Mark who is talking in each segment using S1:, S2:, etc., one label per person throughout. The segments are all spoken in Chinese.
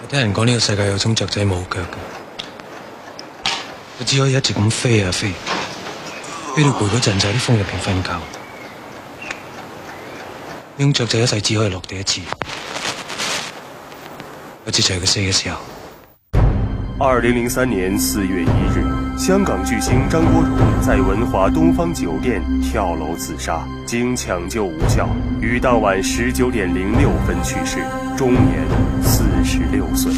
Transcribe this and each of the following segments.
S1: 我聽人講呢個世界有種雀仔冇腳嘅，佢只可以一直咁飛啊飛，飛到攰嗰陣就喺啲風入邊瞓覺。呢種雀仔一世只可以落地一次，一次就係佢死嘅時候。
S2: 2003年4月1日，香港巨星張國榮在文華東方酒店跳樓自殺，經搶救無效，於當晚19點06分去世，終年46歲。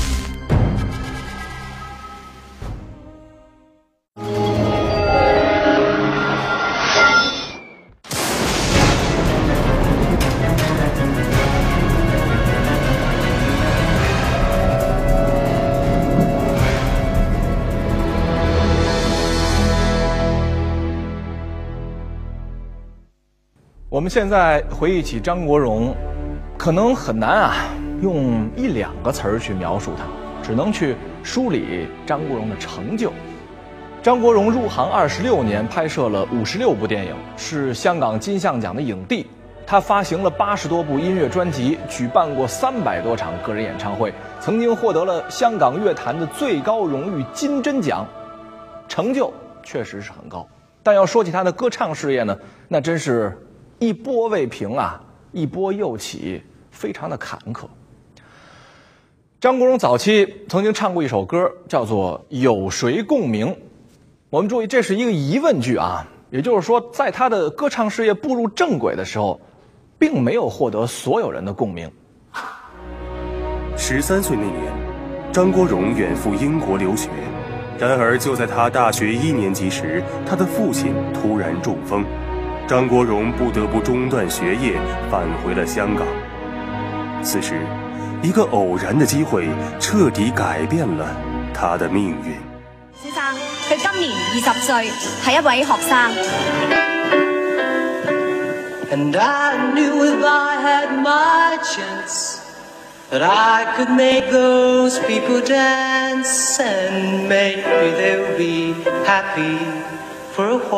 S3: 我们现在回忆起张国荣，可能很难啊，用1、2个词儿去描述他，只能去梳理张国荣的成就。张国荣入行26年，拍摄了56部电影，是香港金像奖的影帝。他发行了80多部音乐专辑，举办过300多场个人演唱会，曾经获得了香港乐坛的最高荣誉金针奖，成就确实是很高。但要说起他的歌唱事业呢，那真是一波未平啊，一波又起，非常的坎坷。张国荣早期曾经唱过一首歌，叫做《有谁共鸣》。我们注意，这是一个疑问句啊，也就是说，在他的歌唱事业步入正轨的时候，并没有获得所有人的共鸣。
S2: 13岁那年，张国荣远赴英国留学，然而就在他大学1年级时，他的父亲突然中风。张国荣不得不中断學業，返回了香港。此時，一個偶然的機會徹底改變了他的命運。
S4: 先生，佢今年20歲，係一位學生。And I knew if I had my chance that I could make those people dance and maybe they'll be happy for a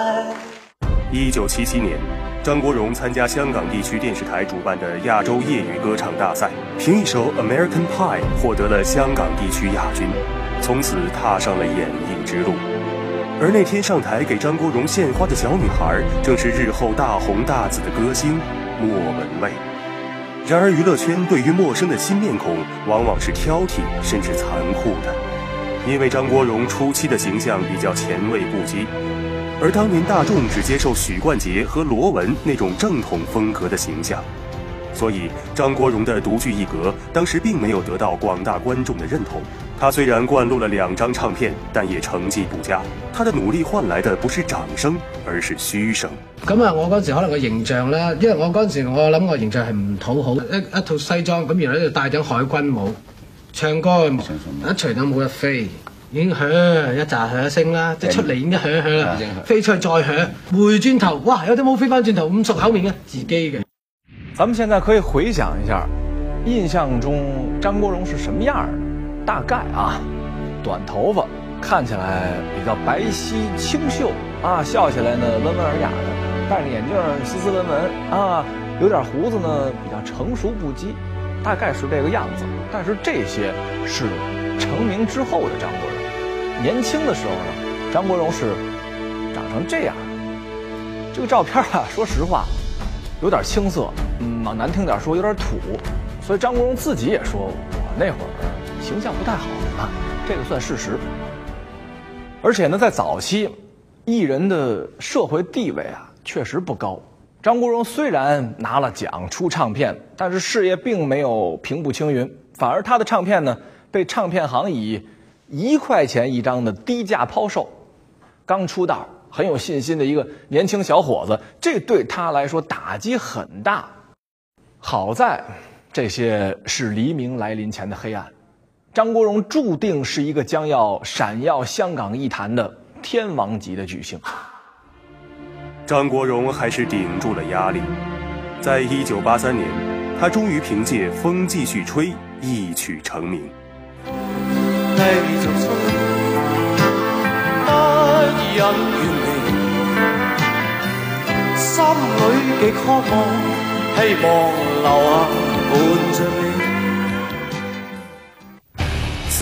S4: while。1977年，张国荣参加香港地区电视台主办的亚洲业余歌唱大赛，凭一首《American Pie》获得了香港地区亚军，从此踏上了演艺之路。而那天上台给张国荣献花的小女孩，正是日后大红大紫的歌星莫文蔚。然而娱乐圈对于陌生的新面孔，往往是挑剔甚至残酷的，因为张国荣初期的形象比较前卫不羁。而当年大众只接受许冠杰和罗文那种正统风格的形象，所以张国荣的独具一格当时并没有得到廣大觀眾的認同。他雖然灌錄了2張唱片，但也成績不佳。他的努力換來的不是掌聲，而是虛聲。
S5: 咁啊，我嗰時可能個形象啦，因為我嗰時我諗我形象係唔討好，一套西裝咁，然後咧就戴頂海軍帽，唱歌一除咗冇一飛。已經一紮響聲啦，即係出嚟已經響啦，飛出去再響，回轉頭，哇！有啲冇飛翻轉頭咁熟口面嘅，自己嘅。
S3: 咱們現在可以回想一下，印象中張國榮是什麼樣的？大概啊，短頭髮，看起來比較白皙清秀啊，笑起來呢溫文爾雅的，戴着眼鏡斯斯文文啊，有點鬍子呢比較成熟不羈，大概是這個樣子。但是這些是成名之後的張國榮。年輕的時候呢，張國榮是長成這樣。這個照片啊，說實話，有點青澀，往難聽點說有點土。所以張國榮自己也說，我那會兒形象不太好啊，這個算事實。而且呢，在早期，藝人的社會地位啊，確實不高。張國榮雖然拿了獎出唱片，但是事業並沒有平步青雲，反而他的唱片呢，被唱片行以1塊錢一張的低價拋售。剛出道很有信心的一個年輕小伙子，這對他來說打擊很大。好在這些是黎明來臨前的黑暗，張國榮注定是一個將要閃耀香港藝壇的天王級的巨星。
S2: 張國榮還是頂住了壓力，在1983年，他終於憑借《風繼續吹》一曲成名。
S6: 繼續吹，不因怨離，心裏極渴望，希望留下伴着你。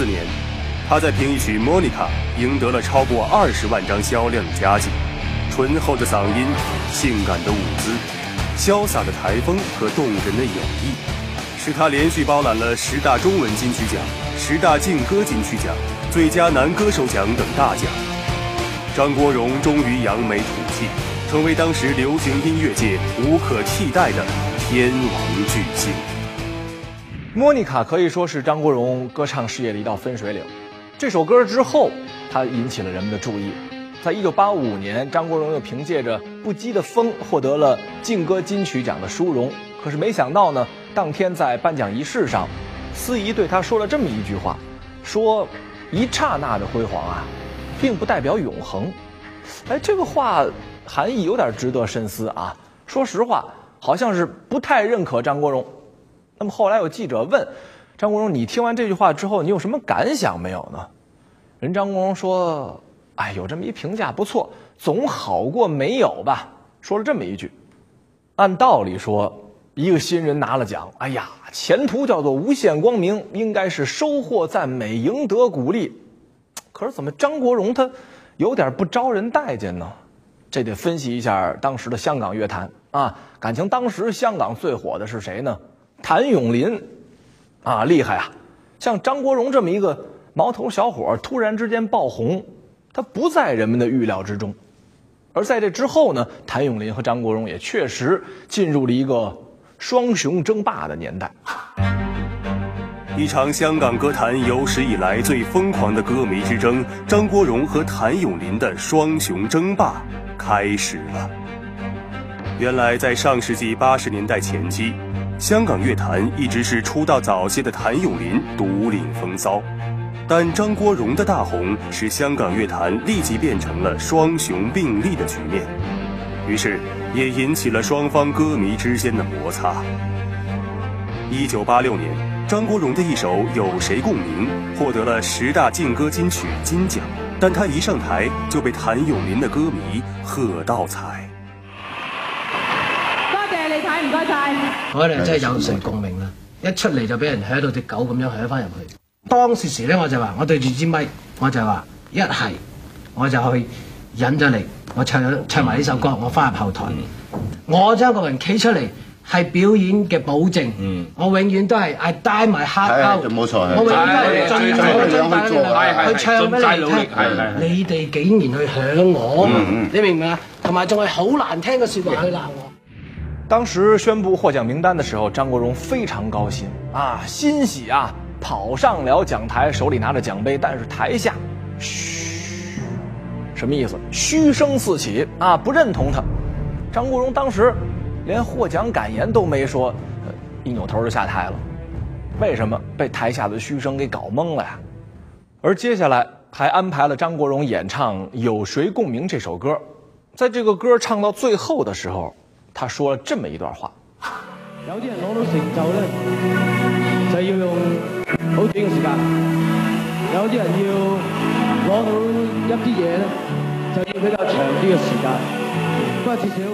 S2: 1984年，他在凭一曲《Monica》赢得了超过20万张销量的佳绩。醇厚的嗓音、性感的舞姿、潇洒的台风和动人的演绎，使他连续包揽了10大中文金曲奖、10大劲歌金曲奖、最佳男歌手奖等大奖。张国荣终于扬眉吐气，成为当时流行音乐界无可替代的天王巨星。
S3: 莫妮卡可以说是张国荣歌唱事业的一道分水岭。这首歌之后，他引起了人们的注意。在1985年，张国荣又凭借着《不羁的风》获得了劲歌金曲奖的殊荣。可是没想到呢，当天在颁奖仪式上，司仪对他说了这么一句话，说一刹那的辉煌啊，并不代表永恒。这个话含义有点值得深思啊。说实话，好像是不太认可张国荣。那么后来有记者问张国荣，你听完这句话之后，你有什么感想没有呢？人张国荣说，有这么一评价不错，总好过没有吧。说了这么一句。按道理说，一个新人拿了奖，前途叫做无限光明，应该是收获赞美，赢得鼓励。可是怎么张国荣他有点不招人待见呢？这得分析一下当时的香港乐坛啊。感情当时香港最火的是谁呢？谭咏麟啊，厉害啊！像张国荣这么一个毛头小伙突然之间爆红，他不在人们的预料之中。而在这之后呢，谭咏麟和张国荣也确实进入了一个双雄争霸的年代。
S2: 一场香港歌坛有史以来最疯狂的歌迷之争，张国荣和谭咏麟的双雄争霸开始了。原来在上世纪80年代前期，香港乐坛一直是出道早些的谭咏麟独领风骚，但张国荣的大红使香港乐坛立即变成了双雄并立的局面，于是也引起了双方歌迷之间的摩擦。1986年，张国荣的一首《有谁共鸣》获得了10大劲歌金曲金奖，但他一上台就被谭咏麟的歌迷喝倒彩。
S7: 唔該晒，
S5: 我哋真係有誰共鳴啦！一出嚟就俾人響到隻狗咁樣響翻入去。當時咧，我就話，我對住支咪，我就話一係我就去引咗嚟，我唱埋呢首歌，我翻入後台，我將個人企出嚟係表演嘅保證。我永遠都係 I die my heart out， 冇錯，我永遠都係盡大力去唱俾你聽。你哋竟然去響我，你明唔明啊？同埋仲係好難聽嘅説話去鬧我。
S3: 当時宣布獲獎名單的時候，張國榮非常高興啊，欣喜啊，跑上了講台，手裡拿着獎杯，但是台下，噓，什麼意思？噓聲四起啊，不認同他。張國榮當時連獲獎感言都沒說，一扭頭就下台了。為什麼？被台下的噓聲給搞懵了呀。而接下來還安排了張國榮演唱《有誰共鳴》這首歌，在這個歌唱到最後的時候，他說了這麼一段話：
S7: 有啲人攞到成就咧，就要用好短嘅時間；有啲人要攞到一啲嘢咧，就要比較長啲嘅時間。不過至少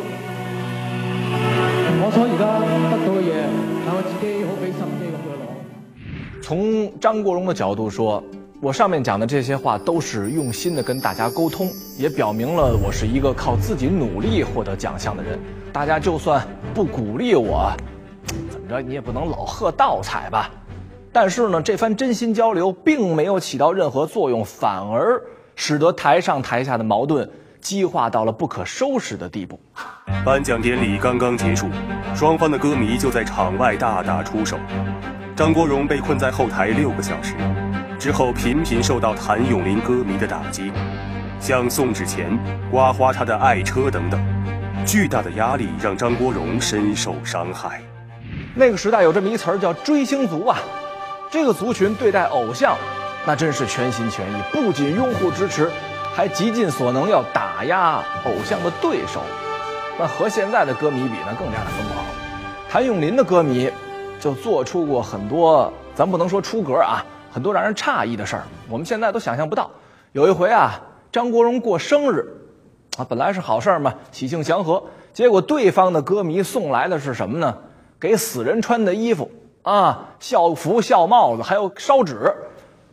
S7: 我所而家得到嘅嘢，係我自己好俾心機咁去攞。
S3: 從張國榮的角度說，我上面講的這些話都是用心的跟大家溝通，也表明了我是一個靠自己努力獲得獎項的人。大家就算不鼓勵我，怎麼着你也不能老喝倒彩吧。但是呢，這番真心交流並沒有起到任何作用，反而使得台上台下的矛盾激化到了不可收拾的地步。
S2: 頒獎典禮剛剛結束，雙方的歌迷就在場外大打出手。張國榮被困在後台6個小時，之後頻頻受到譚詠麟歌迷的打擊，像送紙錢、刮花他的愛車等等。巨大的壓力讓張國榮深受傷害。
S3: 那個時代有這麼一詞兒叫追星族啊，這個族群對待偶像那真是全心全意，不僅擁護支持，還極盡所能要打壓偶像的對手。那和現在的歌迷比呢，更加的瘋狂。譚詠麟的歌迷就做出過很多，咱不能說出格啊，很多讓人詫異的事兒，我們現在都想象不到。有一回啊，張國榮過生日啊，本來是好事嘛，喜慶祥和，結果對方的歌迷送來的是什麼呢？給死人穿的衣服啊，校服、校帽子，還有燒紙。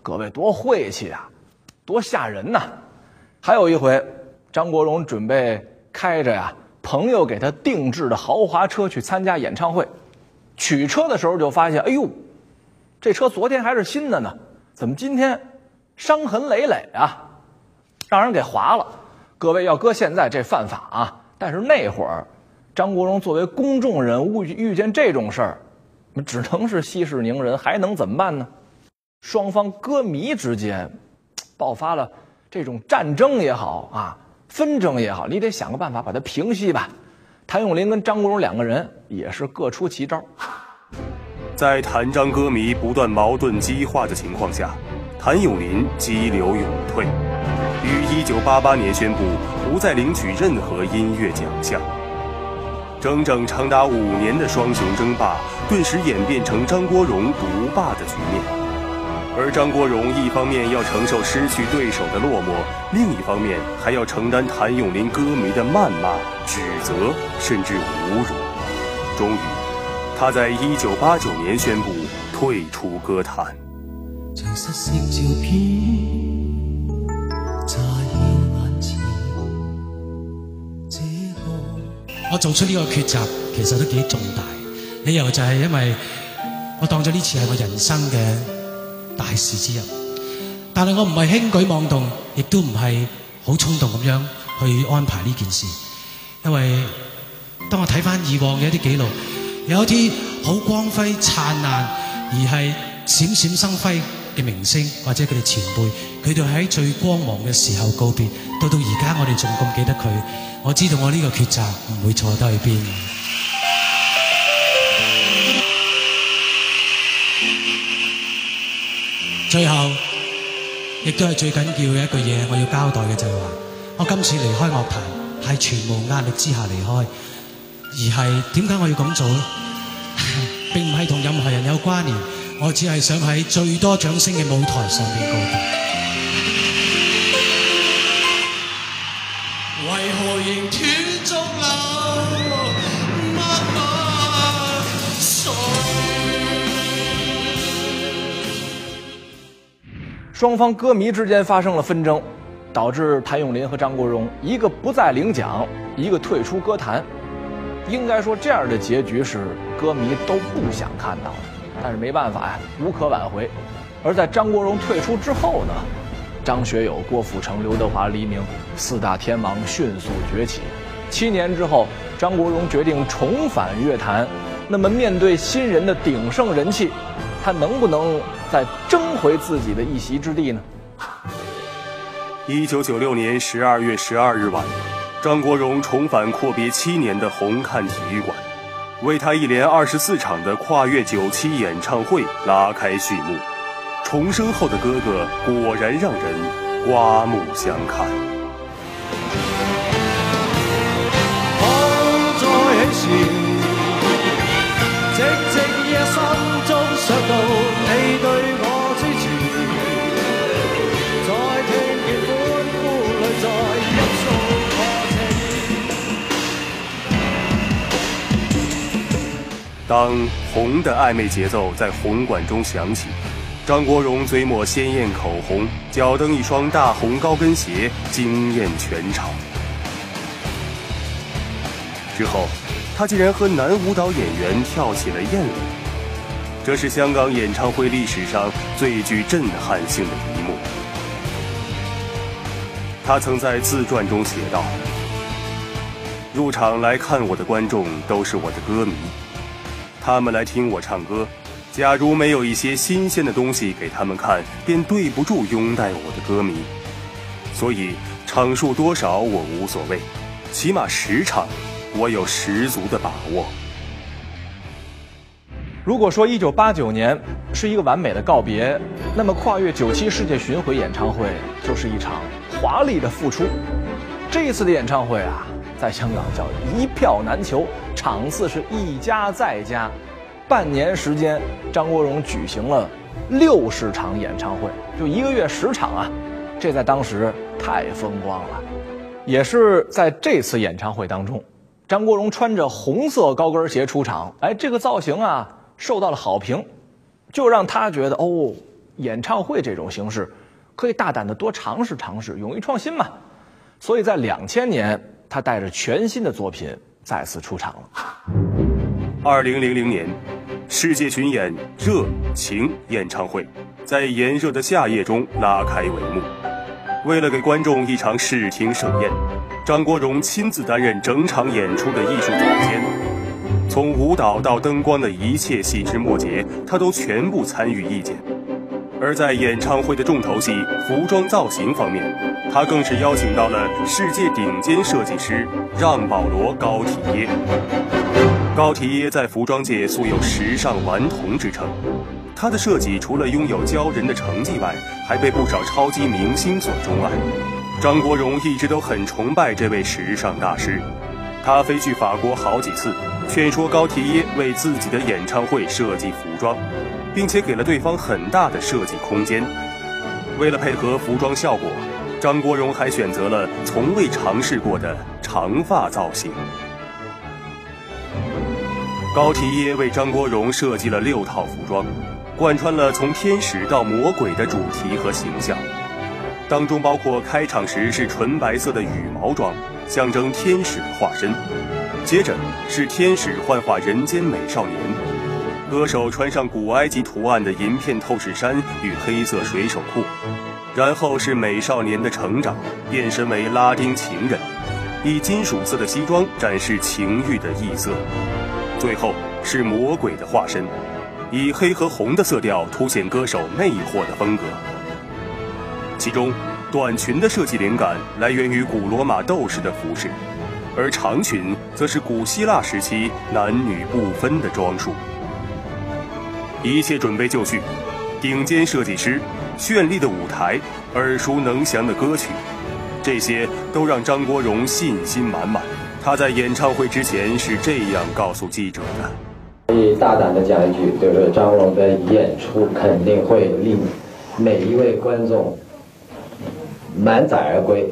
S3: 各位多晦气啊，多吓人呐！还有一回，张国荣准备开着朋友给他定制的豪华车去参加演唱会，取车的时候就发现，哎呦，这车昨天还是新的呢，怎么今天伤痕累累啊，让人给划了。各位要搁现在这犯法啊，但是那会儿张国荣作为公众人物遇见这种事儿，只能是息事宁人，还能怎么办呢？双方歌迷之间爆发了这种战争也好啊，纷争也好，你得想个办法把它平息吧。谭咏麟跟张国荣两个人也是各出奇招。
S2: 在谭张歌迷不断矛盾激化的情况下，谭咏麟激流勇退，于1988年宣布不再领取任何音乐奖项。整整长达5年的双雄争霸，顿时演变成张国荣独霸的局面。而张国荣一方面要承受失去对手的落寞，另一方面还要承担谭咏麟歌迷的谩骂、指责，甚至侮辱。终于，他在1989年宣布退出歌坛。
S6: 像失色照片乍現眼前，
S8: 我做出呢個抉擇其實都幾重大，理由就係因為我當咗呢次係我人生嘅大事之一，但係我唔係輕舉妄動，亦都唔係好衝動咁樣去安排呢件事，因為當我睇返以往嘅一啲記錄，有一啲好光輝燦爛而係閃閃生輝嘅明星或者佢哋前輩，佢哋喺最光芒嘅時候告別，到而家我哋仲咁記得佢，我知道我呢個抉擇唔會錯得去邊。最後，亦都係最緊要嘅一句嘢，我要交代嘅就係話，我今次離開樂壇係全無壓力之下離開，而係點解我要咁做呢？並唔係同任何人有關聯，我只係想喺最多掌聲嘅舞台上面告別。為何仍斷續流？
S3: 双方歌迷之间发生了纷争，导致谭咏麟和张国荣一个不再领奖，一个退出歌坛。应该说这样的结局是歌迷都不想看到的，但是没办法呀，无可挽回。而在张国荣退出之后呢，张学友、郭富城、刘德华、黎明4大天王迅速崛起。7年之后，张国荣决定重返乐坛。那么面对新人的鼎盛人气，他能不能再争回自己的一席之地呢
S2: ？1996年12月12日晚，张国荣重返阔别7年的红磡体育馆，为他一连24场的跨越97演唱会拉开序幕。重生后的哥哥果然让人刮目相看。
S6: 寂寂夜心中想到你對我支持，再聽見歡呼裏再一訴我情。
S2: 當紅的曖昧節奏在紅館中響起，張國榮嘴抹鮮豔口紅，腳蹬一雙大紅高跟鞋，驚豔全場。之後他竟然和男舞蹈演员跳起了艳舞，这是香港演唱会历史上最具震撼性的一幕。他曾在自传中写道：入场来看我的观众都是我的歌迷，他们来听我唱歌，假如没有一些新鲜的东西给他们看，便对不住拥戴我的歌迷。所以场数多少我无所谓，起码10场我有十足的把握。
S3: 如果说1989年是一个完美的告别，那么跨越97世界巡回演唱会就是一场华丽的复出。这一次的演唱会啊，在香港叫一票难求，场次是一加再加，半年时间，张国荣举行了60场演唱会，就1个月10场啊，这在当时太风光了。也是在这次演唱会当中，张国荣穿着红色高跟鞋出场，这个造型啊受到了好评，就让他觉得演唱会这种形式，可以大胆的多尝试尝试，勇于创新嘛。所以在2000年，他带着全新的作品再次出场了。
S2: 2000年，世界巡演《热情》演唱会在炎热的夏夜中拉开帷幕。为了给观众一场视听盛宴，张国荣亲自担任整场演出的艺术总监，从舞蹈到灯光的一切细枝末节，他都全部参与意见。而在演唱会的重头戏服装造型方面，他更是邀请到了世界顶尖设计师让·保罗·高缇耶。高缇耶在服装界素有时尚顽童之称，他的设计除了拥有骄人的成绩外，还被不少超级明星所钟爱。张国荣一直都很崇拜这位时尚大师，他飞去法国好几次，劝说高缇耶为自己的演唱会设计服装，并且给了对方很大的设计空间。为了配合服装效果，张国荣还选择了从未尝试过的长发造型。高缇耶为张国荣设计了6套服装，贯穿了从天使到魔鬼的主题和形象，当中包括开场时是纯白色的羽毛装，象征天使的化身，接着是天使幻化人间美少年，歌手穿上古埃及图案的银片透视衫与黑色水手裤，然后是美少年的成长，变身为拉丁情人，以金属色的西装展示情欲的异色，最后是魔鬼的化身，以黑和红的色调凸显歌手魅惑的风格。其中短裙的设计灵感来源于古罗马斗士的服饰，而长裙则是古希腊时期男女不分的装束。一切准备就绪，顶尖设计师、绚丽的舞台、耳熟能详的歌曲，这些都让张国荣信心满满。他在演唱会之前是这样告诉记者的：
S9: 可以大胆的讲一句，就是张国荣的演出肯定会令每一位观众满载而归。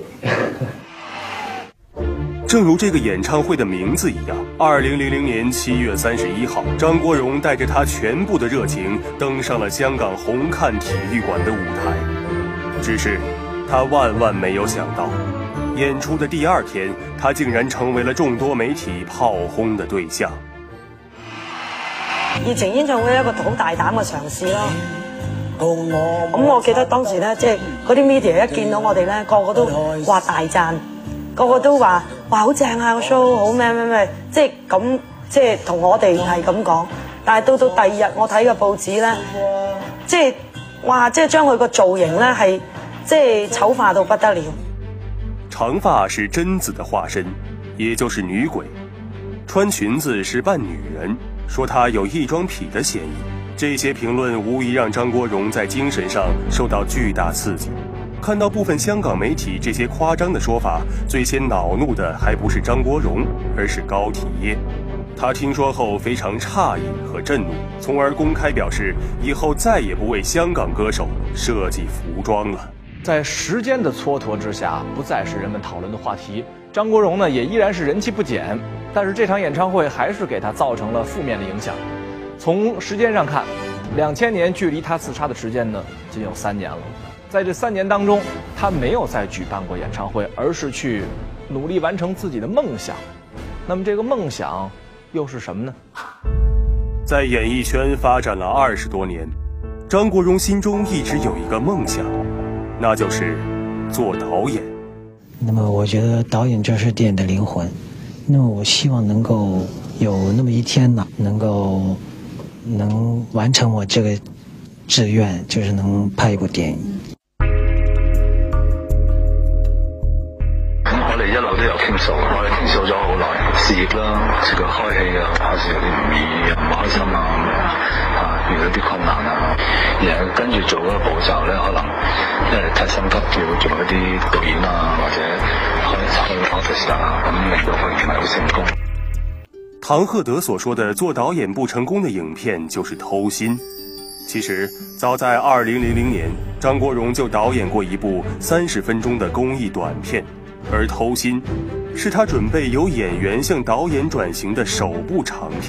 S2: 正如这个演唱会的名字一样，2000年7月31号，张国荣带着他全部的热情登上了香港红磡体育馆的舞台。只是他万万没有想到，演出的第2天，他竟然成为了眾多媒體炮轟的對象。
S10: 熱情演唱會係一個好大膽嘅嘗試咯。咁我記得當時咧，即係嗰啲 media 一見到我哋咧，個個都話大讚，個個都話哇好正啊個 show， 好咩，即係咁，即係同我哋係咁講。但係到第2日我睇個報紙咧，即係哇，即係將佢個造型咧係即係醜化到不得了。
S2: 長髮是貞子的化身，也就是女鬼，穿裙子是扮女人，說她有異裝癖的嫌疑。這些評論無疑讓張國榮在精神上受到巨大刺激。看到部分香港媒體這些誇張的說法，最先惱怒的還不是張國榮，而是高缇耶。他聽說後非常詫異和震怒，從而公開表示以後再也不為香港歌手設計服裝了。
S3: 在時間的蹉跎之下，不再是人們討論的話題。張國榮呢，也依然是人氣不減，但是這場演唱會還是給他造成了負面的影響。從時間上看，2000年距離他自殺的時間呢，僅有3年了。在這3年當中，他沒有再舉辦過演唱會，而是去努力完成自己的夢想。那麼這個夢想又是什麼呢？
S2: 在演藝圈發展了20多年，張國榮心中一直有一個夢想，那就是做導演。
S11: 那麼我覺得導演就是電影的靈魂，那麼我希望能夠有那麼一天呢，能完成我這個志願，就是能拍一部電影。
S12: 我哋一路都有傾訴，我哋傾訴咗好耐，事業啦，這個開戲啊，有時有啲唔易，又唔開心啊，遇到啲困難啊，然後跟住做嗰個步驟咧，可能因為太心急要做一啲導演啊，或者開 office 啊，咁令到佢唔係好成功。
S2: 唐鶴德所說的做導演不成功的影片就是偷心。其實早在2000年，張國榮就導演過一部30分鐘的公益短片，而偷心是他準備由演員向導演轉型的首部長片。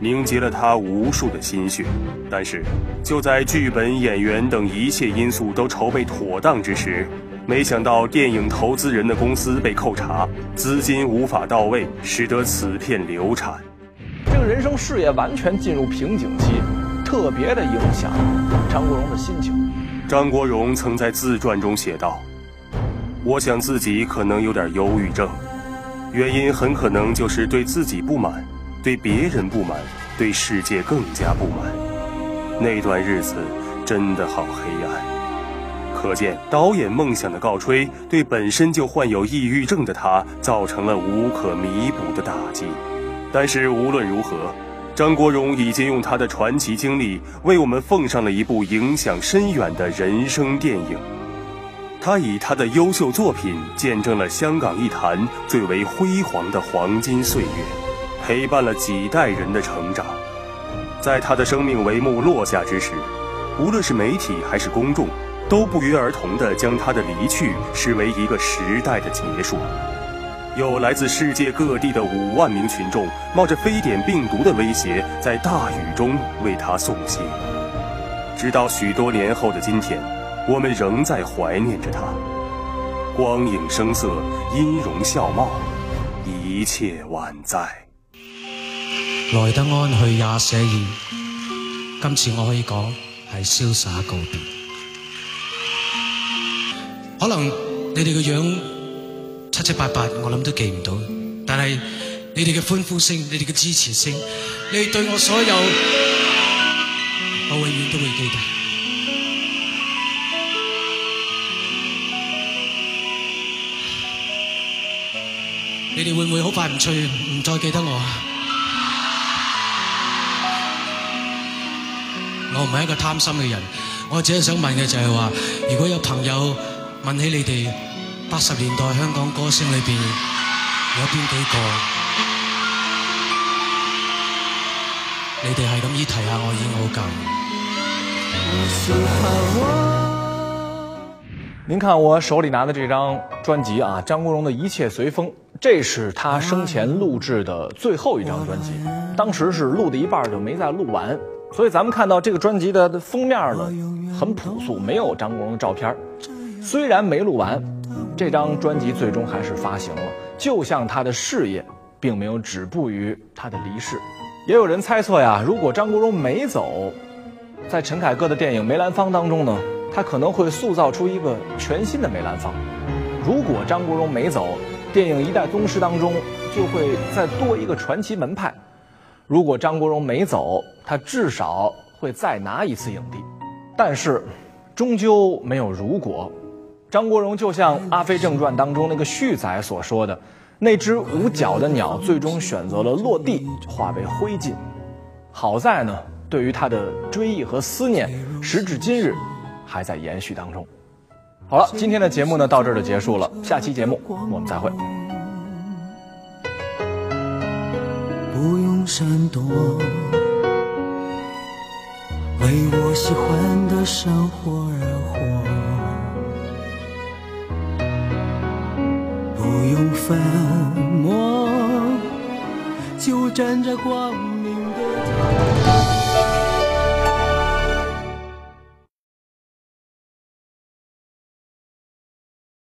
S2: 凝结了他无数的心血。但是，就在剧本、演员等一切因素都筹备妥当之时，没想到电影投资人的公司被扣查，资金无法到位，使得此片流产。
S3: 这个人生事业完全进入瓶颈期，特别的影响张国荣的心情。
S2: 张国荣曾在自传中写道：“我想自己可能有点忧郁症，原因很可能就是对自己不满，对别人不满，对世界更加不满。那段日子真的好黑暗。”可见导演梦想的告吹，对本身就患有抑郁症的他造成了无可弥补的打击。但是无论如何，张国荣已经用他的传奇经历为我们奉上了一部影响深远的人生电影。他以他的优秀作品见证了香港艺坛最为辉煌的黄金岁月，陪伴了几代人的成长。在他的生命帷幕落下之时，无论是媒体还是公众，都不约而同地将他的离去视为一个时代的结束。有来自世界各地的5万名群众冒着非典病毒的威胁，在大雨中为他送行。直到许多年后的今天，我们仍在怀念着他。光影聲色，音容笑貌，一切還在。
S8: 來得安去也寫意，今次我可以講係瀟灑告別。可能你哋個樣七七八八，我諗都記唔到，但係你哋嘅歡呼聲，你哋嘅支持聲，你哋對我所有，我永遠都會記得。你哋會唔會好快唔再記得我？我唔係一個貪心嘅人，我只係想問嘅就係話，如果有朋友問起你哋80年代香港歌星裏邊有邊幾個，你哋係咁依提下我已經好夠。
S3: 您看我手里拿的这張專輯啊，張國榮的一切隨風，這是他生前錄製的最後一張專輯，當時是錄的一半就沒再錄完，所以咱們看到這個專輯的封面呢，很樸素，沒有張國榮的照片。雖然沒錄完，這張專輯最終還是發行了，就像他的事業並沒有止步於他的離世。也有人猜測呀，如果張國榮沒走，在陳凱歌的電影《梅蘭芳》當中呢，他可能會塑造出一個全新的梅蘭芳。如果張國榮沒走，電影《一代宗師》當中就會再多一個傳奇門派。如果張國榮沒走，他至少會再拿一次影帝。但是終究沒有如果。張國榮就像《阿飛正傳》當中那個旭仔所說的，那隻無腳的鳥最終選擇了落地，化為灰燼。好在呢，對於他的追憶和思念，時至今日還在延續當中。好了，今天的節目呢到這兒就結束了，下期節目我們再會。
S6: 不用閃躲，為我喜歡的生活而活，不用粉墨，就站在光明的